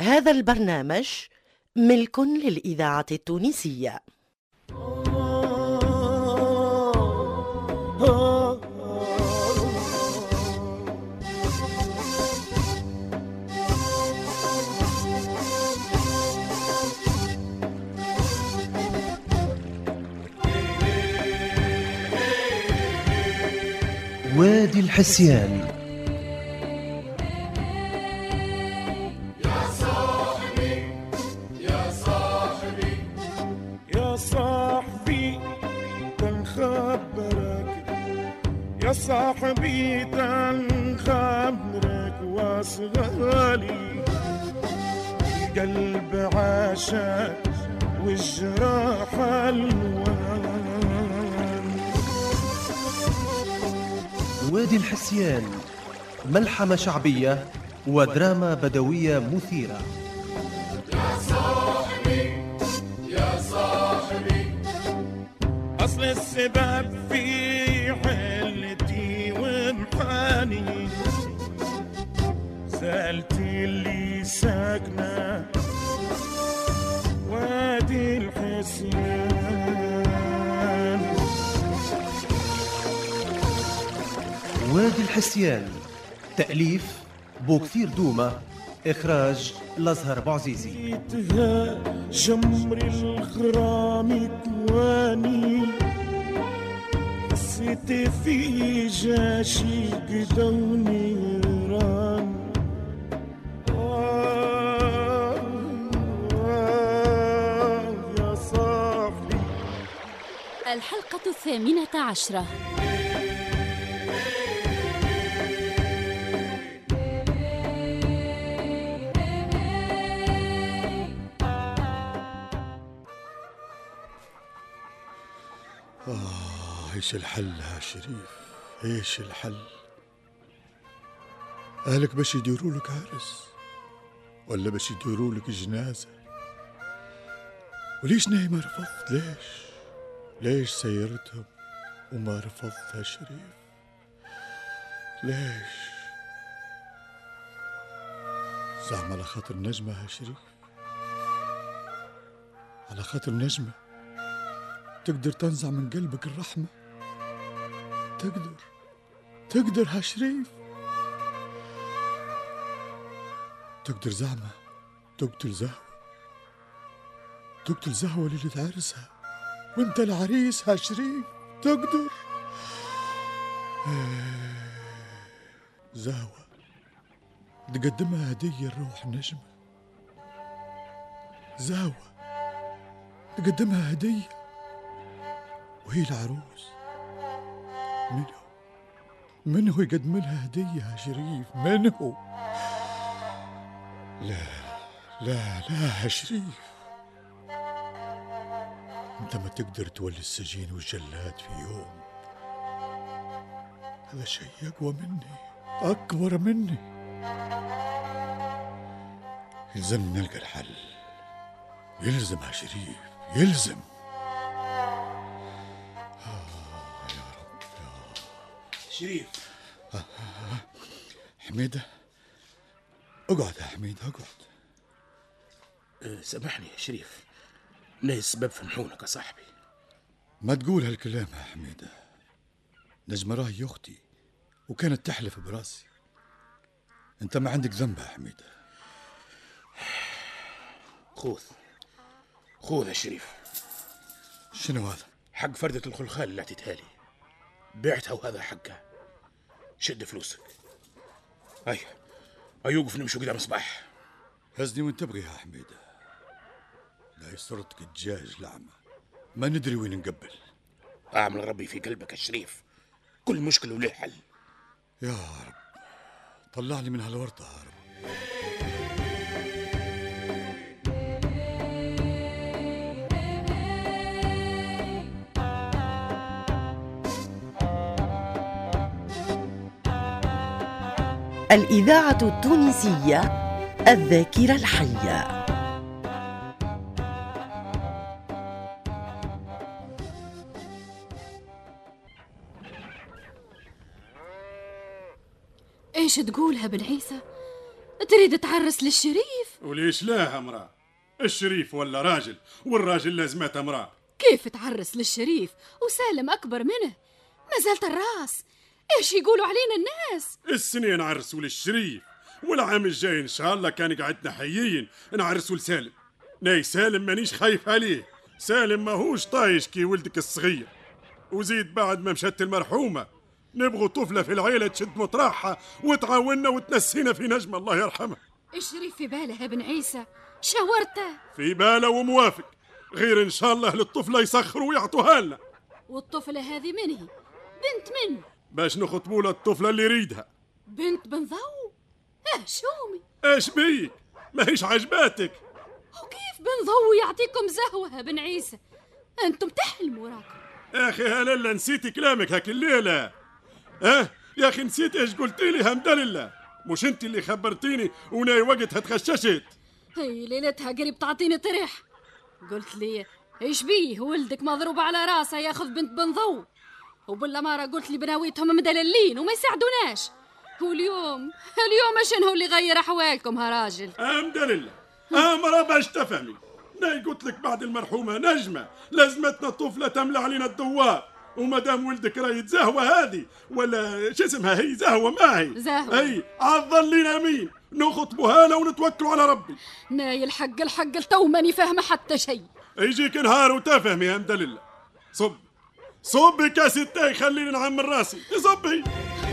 هذا البرنامج ملك للإذاعة التونسية. وادي الحسيان. يا صاحبي يا صاحبي يا صاحبي تنخبرك، يا صاحبي تنخبرك واصغالي القلب عاشق والجراح الوان. وادي الحسيان، ملحمة شعبية ودراما بدوية مثيرة. يا صاحبي يا صاحبي أصل السبب في حلتي ومحاني، سألتي اللي ساكنة وادي الحسيان. وادي الحسيان، تأليف بوكثير دومة، إخراج الأزهر بوعزيزي. جمر الغرام كواني، حسيت في جاشي قدا ونيران. يا صاحبي. الحلقة 18. ايش الحل يا شريف؟ ايش الحل؟ اهلك باش يديروا لك عرس ولا باش يديروا لك جنازه؟ وليش ناي ما رفضت؟ ليش سيرتهم وما رفضت يا شريف؟ ليش؟ زعم على خاطر نجمه يا شريف؟ على خاطر نجمه تقدر تنزع من قلبك الرحمة؟ تقدر يا شريف؟ تقدر زعمة تقتل زهوة ليلة عرسها وانت العريس يا شريف؟ تقدر؟ زهوة تقدمها هدية لروح نجمة، زهوة تقدمها هدية وهي العروس. منه يقدم لها هدية يا شريف؟ منه؟ لا يا شريف، انت ما تقدر تولي السجين والجلاد في يوم. هذا شيء أقوى مني، أكبر مني. يلزم نلقى الحل، يلزم يا شريف، يلزم. شريف. حميدة، اقعد يا حميدة، اقعد. سامحني يا شريف، لا السبب في محونك يا صاحبي. ما تقول هالكلام يا حميدة، نجمة راهي أختي وكانت تحلف براسي. انت ما عندك ذنب يا حميدة. خذ يا شريف. شنو هذا؟ حق فردة الخلخال اللي اعطيتها لي، بعتها وهذا حقها. شد فلوسك. يوقف نمشي قدام صباح. هزني وين تبغي يا حميدة، لا يسرتك الدجاج لعمة، ما ندري وين نقبل. اعمل ربي في قلبك يا شريف، كل مشكلة وله حل. يا رب طلعني من هالورطة يا رب. الإذاعة التونسية، الذاكرة الحية. ايش تقولها بن عيسى؟ تريد تعرس للشريف؟ وليش لا امرأة؟ الشريف ولا راجل، والراجل لازمته امرأة. كيف تعرس للشريف وسالم أكبر منه؟ ما زالت الراس. إيش يقولوا علينا الناس؟ السنين نعرسوا للشريف، والعام الجاي ان شاء الله كان قعدنا حيين نعرسوا لسالم. ناي سالم مانيش خايف عليه، سالم ماهوش طايش كي ولدك الصغير. وزيد بعد ما مشت المرحومة نبغوا طفلة في العيلة تشد مطرحها وتعاوننا وتنسينا في نجمة الله يرحمها. الشريف في باله يا بن عيسى؟ شاورته؟ في باله وموافق، غير ان شاء الله للطفلة يسخروا ويعطوها لنا. والطفلة هذه من هي؟ بنت من؟ باش نخطبوا له الطفلة اللي يريدها. بنت بن ضو؟ شومي ايش بيك؟ ما هيش عجباتك؟ وكيف بن ضو يعطيكم زهوة يا بن عيسى؟ انتم تحلموا راكم. يا اخي هلاله نسيتي كلامك هاك الليله. يا اخي نسيت ايش قلتي لي؟ حمد لله مش انت اللي خبرتيني وناي وقتها تخششت. هي ليلتها قريب تعطيني طرح، قلت لي ايش بيه ولدك مضروب على راسه ياخذ بنت بن ضو، وبالاماره قلت لي بناويتهم مدللين وما يساعدوناش. واليوم شنو اللي غير احوالكم ها راجل؟ حمد لله. مرة باش تفهمي، ناي قلت لك بعد المرحومة نجمة لازمتنا طفلة تملى علينا الدوار، ومدام ولدك راهي زهوة هذه ولا شو اسمها، هي زهوة ما هي زهوة، اي عظل لينا مين نخطبوها له ونتوكلوا على ربي. ناي الحق تو ماني فاهمة حتى شيء. يجيك نهار وتفهمي يا حمد لله. صبي كاس التاي خليني نعمر راسي. صبي.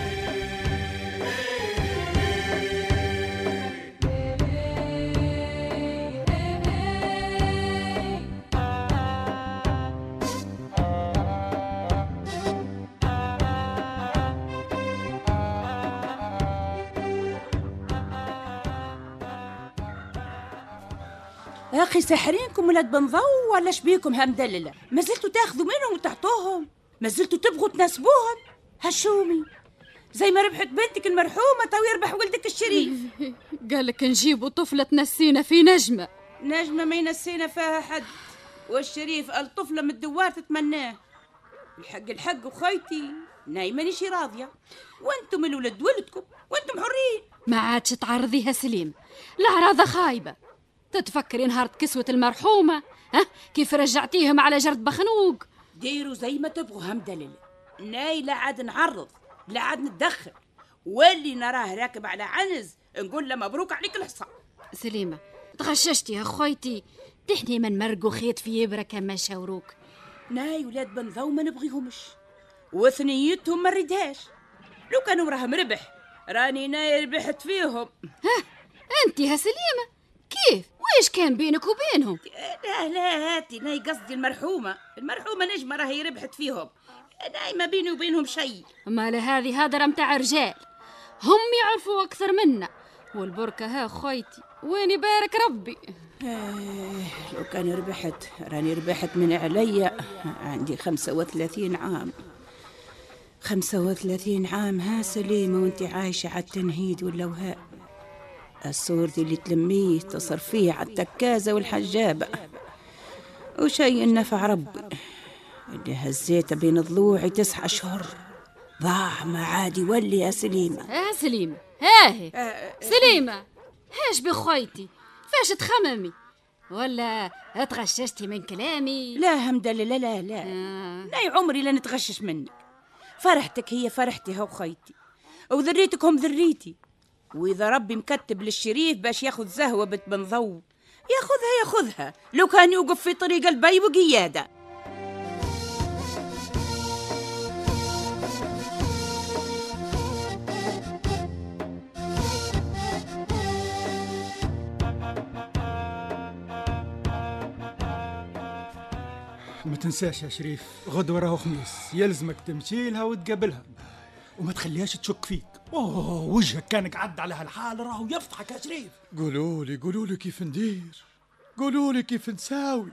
يا أخي ساحرينكم ولاد بن ضو ولا شبيكم همدللة؟ ما زلتوا تاخذوا منهم وتعطوهم؟ ما زلتوا تبغوا تناسبوهم؟ هالشومي زي ما ربحت بنتك المرحومة تو يربح ولدك الشريف. قالك نجيبوا طفلة تنسينا في نجمة ما ينسينا فيها حد، والشريف قال طفلة من الدوار تتمناه. الحق وخيتي ناي مانيش راضية، وانتم الولد ولدكم وانتم حرين. ما عادش تعرضيها سليم، الأعراض خايبة. تتفكري نهار كسوة المرحومة كيف رجعتيهم على جرد بخنوق؟ ديروا زي ما تبغوا همدلل، ناي لا عاد نعرض لا عاد نتدخل، واللي نراه راكب على عنز نقول له مبروك عليك الحصان. سليمة تغششتي يا خويتي، تحني من مرقو خيط في إبرة كما شاوروك. ناي ولاد بن ضو ما نبغيهمش، وثنيتهم ما نريدهاش. لو كانوا راهم ربح راني ناي ربحت فيهم. انتي يا سليمة كيف؟ وإيش كان بينك وبينهم؟ لا هاتي ناي قصدي المرحومة نجمة راهي ربحت فيهم، ناي ما بيني وبينهم شيء. ما لهذه هدرة متاع رجال، هم يعرفوا أكثر منا، والبركة ها خويتي وين يبارك ربي. لو كان راني ربحت من عليا. عندي 35 عام 35 عام ها سليمة، وانت عايشة على التنهيد واللوهاء. الصور دي اللي تلميه تصرفيه على التكازة والحجابة، وشيء نفع ربي اللي هزيته بين ضلوعي 9 أشهر ضاع ما عاد يولي. يا سليمة يا سليمة هاهي سليمة هاش بخويتي، فاش تخممي ولا اتغششتي من كلامي؟ لا همدلله لا لا عمري لا نتغشش منك. فرحتك هي فرحتي هو خيتي، وذريتك هم ذريتي، وإذا ربي مكتب للشريف باش ياخذ زهوة بنت بن ضو ياخذها لو كان يوقف في طريق البي وقيادة. ما تنساش يا شريف، غدوة راهو خميس، يلزمك تمشي لها وتقابلها وما تخليهاش تشك فيك. وجهك كان قعد على هالحال راهو يفضحك يا شريف. قولوا لي كيف ندير، قولوا لي كيف نساوي.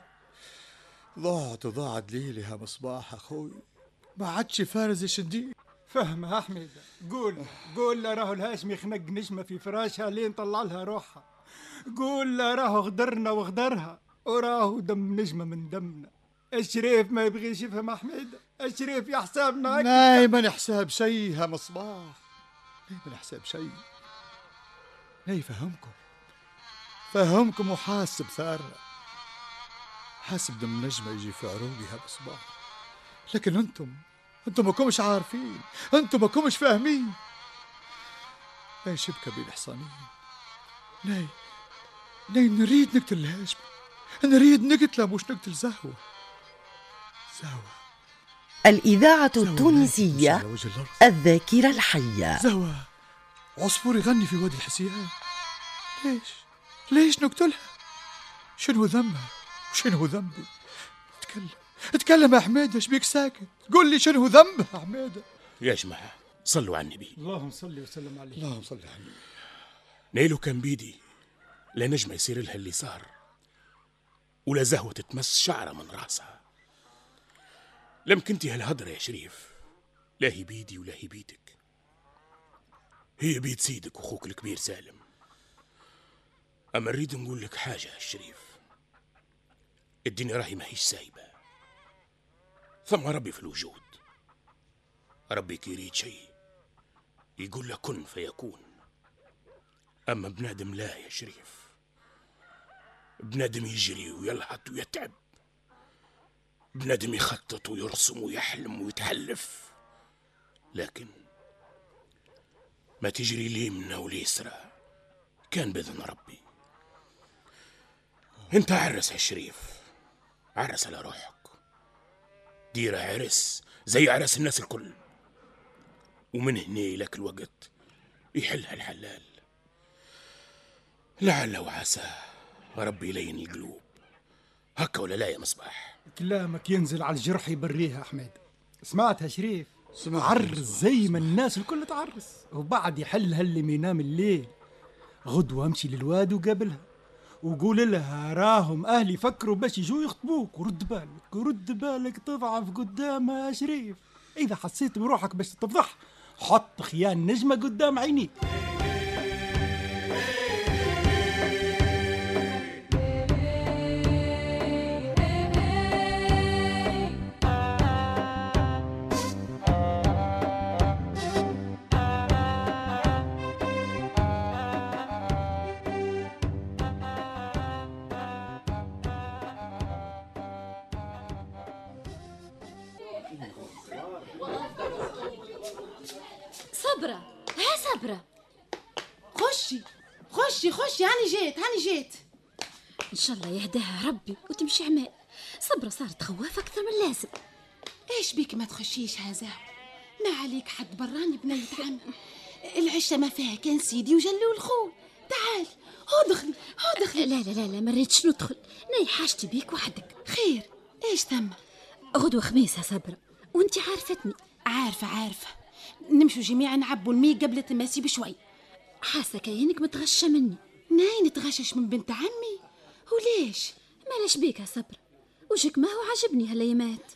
ضاعت ليلها مصباح اخوي، ما عادش فارز ايش ندير. فهمها حميدة، قول له راهو الهاشمي خنق نجمة في فراشها لين طلع لها روحها. قول له راهو غدرنا وغدرها، وراهو دم نجمة من دمنا. الشريف ما يبغيش يفهم حميدة، الشريف يحسابنا ما نحساب شيء يا مصباح، ما نحساب شيء. لا يفهمكم فهمكم وحاسب ثارنا، حاسب دم نجمة يجي في عروقي هالصباح. لكن انتم ما كومش عارفين، انتم ما كومش فاهمين. لاي شبكة بين حصانين، لاي نريد نقتل الهاشمي، نريد نقتله مش نقتل زهوة. الإذاعة التونسية الذاكرة الحية. زهوة عصفور يغني في وادي الحسيان، ليش نقتلها؟ شنو ذنبها وشنو ذنبي؟ اتكلم يا حميدة، ايش بيك ساكت؟ قول لي شنو ذنبها يا حميدة. يا جماعة صلوا على النبي. اللهم صل وسلم عليه. اللهم صل على النبي. نيلو كان بيدي لا نجمة يصير لها اللي صار، ولا زهوة تتمس شعرة من راسها. لم كنتي هالهدرة يا شريف، لا هي بيدي ولا هي بيدك، هي بيد سيدك واخوك الكبير سالم. اما نريد نقول لك حاجة يا شريف، الدنيا راهي ماهيش سايبة، ثم ربي في الوجود. ربي كي يريد شيء يقول له كن فيكون. اما بنادم لا يا شريف، بنادم يجري ويلهط ويتعب، بنادم يخطط ويرسم ويحلم ويتحلف، لكن ما تجري اليمنى واليسرى كان بإذن ربي. انت عرس يا شريف، عرس على روحك، دير عرس زي عرس الناس الكل، ومن هنا لك الوقت يحلها الحلال. لعل وعسى ربي يلين القلوب، هكا ولا لا يا مصباح؟ كلامك ينزل على الجرح يبريها حميد. سمعتها شريف؟ سمعت. عرس زي ما الناس الكل تعرس، وبعد يحلها اللي ما ينام الليل. غدوة امشي للواد وقابلها وقول لها راهم اهلي يفكروا باش يجوا يخطبوك، ورد بالك تضعف قدامها يا شريف. اذا حسيت بروحك باش تفضح، حط خيان نجمة قدام عينيك. صبرة، ها صبرة، خشي هاني جيت. إن شاء الله يهداها ربي وتمشي عمال. صبرة صارت خوافة أكثر من اللازم. ايش بيك ما تخشيش هذا؟ ما عليك حد براني بنية عم. العشة ما فيها كان سيدي وجلو الخول. تعال هو دخلي. لا ما ريتش ندخل، ناي حاجتي بيك وحدك. خير ايش ثم؟ غدوة خميس يا صبرة، وانتي عارفتني. عارفة نمشوا جميعا نعبوا المي قبل التماسي بشوي. حاسة كأنك متغشة مني. ناي نتغشش من بنت عمي؟ وليش؟ مالاش بيك يا صبرة، وجهك ما هو عاجبني هالأيامات.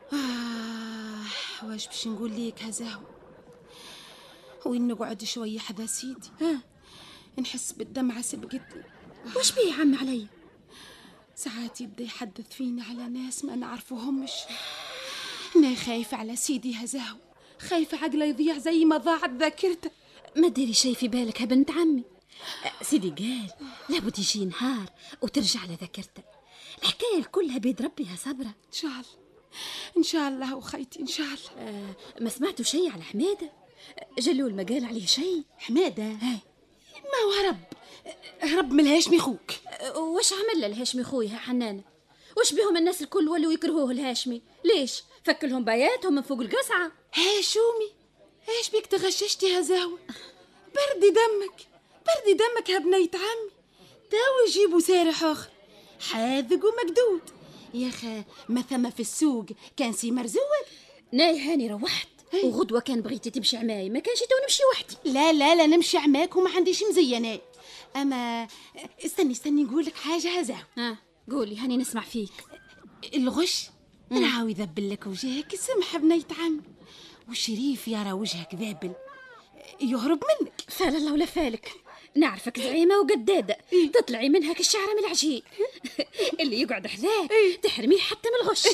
واش باش نقول ليك هزاو؟ وين نقعد شوية حذا سيدي، نحس بالدمعة سبقتني. واش بيه يا عمي علي؟ ساعات يبدا يحدث فينا على ناس ما نعرفوهمش. أنا خايفة على سيدي هزاو، خايفة عقله يضيع زي ما ضاعت ذاكرته. ما ديري شي في بالك يا بنت عمي، سيدي قال لابد يجي نهار وترجع لذاكرته. الحكاية كلها بيد ربي يا صبرة. إن شاء الله وخيتي إن شاء الله. ما سمعتوا شي على حمادة؟ جلول ما قال عليه شي؟ حمادة؟ ما هو هرب من الهاشمي خوك. واش عمل له الهاشمي خويا حنانة؟ واش بهم الناس الكل ولوا يكرهوه الهاشمي؟ ليش؟ فكلهم بياتهم من فوق القصعة. هاشومي ايش بيك تغششتي هزاوة؟ بردي دمك يا بنية عمي. تاو يجيبوا سارح اخر حاذق ومقدود. يا اخي ما ثم في السوق كان سي مرزوق. ناي هاني روحت وغدوة كان بغيتي تمشي عماي، ما كانش تو نمشي وحدي. لا نمشي عماك وما عنديش مزينات. اما استني نقول لك حاجه هزاو. قولي هاني نسمع فيك. الغش نعاو يذبل لك وجهك. سمح بنية عمي، والشريف يرى وجهك ذابل يهرب منك. فال الله ولا فالك، نعرفك زعيمة وقدادة تطلعي منها كالشعرة من العجين. اللي يقعد حذاك تحرميه حتى من الغش.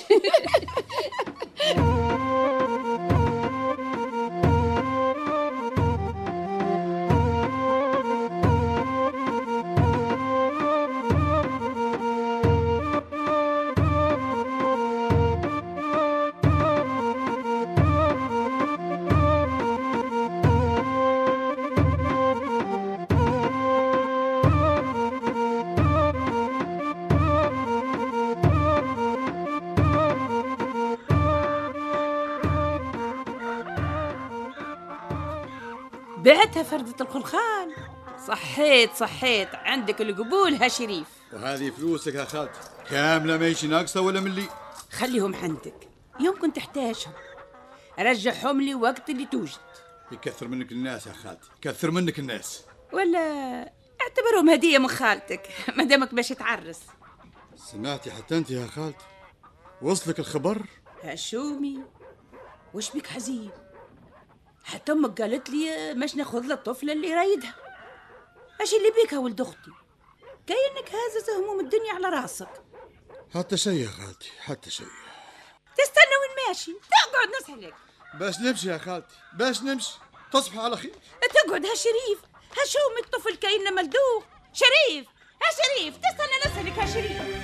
بعتها فردة الخلخال. صحيت عندك القبول ها شريف. وهذه فلوسك يا خالتي كاملة، ماشي ناقصة ولا ملي؟ خليهم عندك يمكن تحتاجهم، رجعهم لي وقت اللي توجد. يكثر منك الناس يا خالتي، يكثر منك الناس. ولا اعتبرهم هدية من خالتك ما دامك باش تعرس. سمعتي حتى انت يا خالتي؟ وصلك الخبر؟ هشومي وش بك حزين؟ حتى امك قالت لي مش ناخذ له الطفله اللي رايدها. اش اللي بيك يا ولد اختي؟ كأنك هازز هموم الدنيا على راسك. حتى شيء يا خالتي، حتى شيء. تستنى وين ماشي؟ تقعد نسألك. باش نمشي يا خالتي، باش نمشي. تصبح على خير. تقعد ها شريف، هشومي الطفل كأنه ملدوغ. شريف ها شريف، تستنى نسألك ها شريف.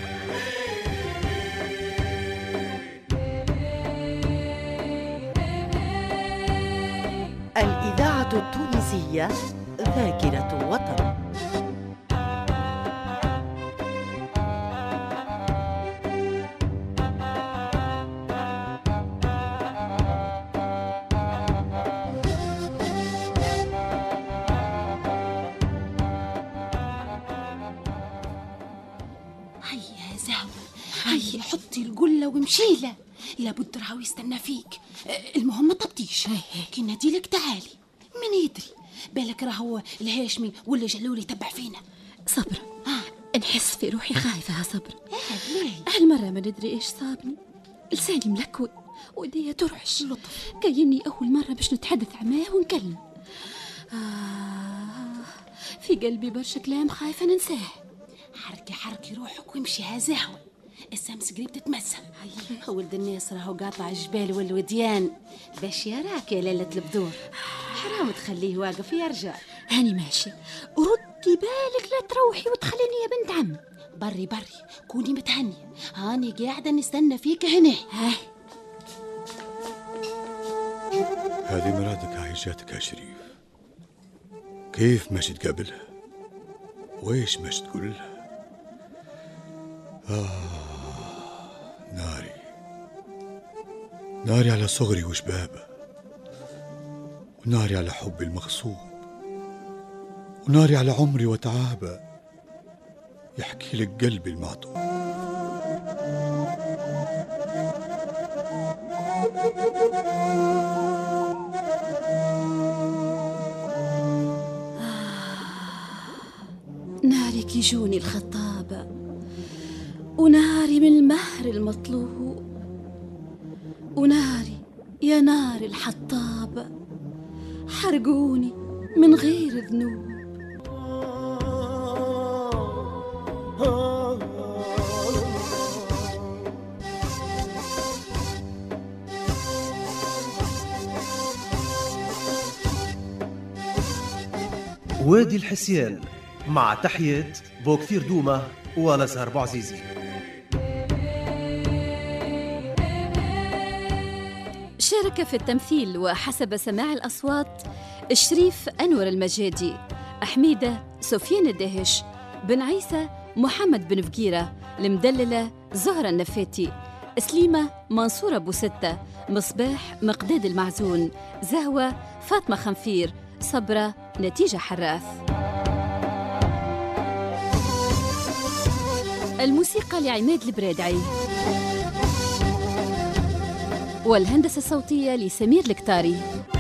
الإذاعة التونسية ذاكرة وطن. هيا زاوي، هيا حطي القلة ومشيله، لابد راهو يستنى فيك. المهم ما تبطيش، كي ناديلك تعالي. من يدري بالك راهو الهاشمي ولا جلولي يتبع فينا. صبر، نحس في روحي خايفة يا صبر. ليه؟ هالمرة ما ندري ايش صابني، لساني ملكوي وايديا ترعش. لطف كأني أول مرة باش نتحدث معاه ونكلم. في قلبي برشا كلام خايفة ننساه. حركي روحك وامشي هزاوة، الشمس قريب تتمسى. ولد الناس راهو قاطع الجبال والوديان باش يراك يا ليلة البدور. حرام تخليه واقف يرجع. هاني ماشي، ردي بالك لا تروحي وتخليني يا بنت عم. بري كوني متهنية، هاني قاعدة نستنى فيك هنا. هذه مراتك هاي جاتك يا شريف، كيف ماشي تقابلها؟ ويش ماشي تقول لها؟ ناري على صغري وشبابه، وناري على حبي المغصوب، وناري على عمري وتعابه، يحكي لك قلبي المعطوب. نارك يجوني الخطابة، وناري من المهر المطلوب، وناري يا نار الحطابة حرقوني من غير ذنوب. وادي الحسيان، مع تحية بوكثير دومة ونزهر بوعزيزي. شارك في التمثيل وحسب سماع الأصوات شريف أنور المجادي، حميدة سفيان الدهش، بن عيسى محمد بن فقيرة، المدللة زهرة النفاتي، سليمة منصورة بوستة، مصباح مقداد المعزون، زهوة فاطمة خنفير، صبرة نتيجة حراث. الموسيقى لعماد البرادعي، والهندسة الصوتية لسمير الكتاري.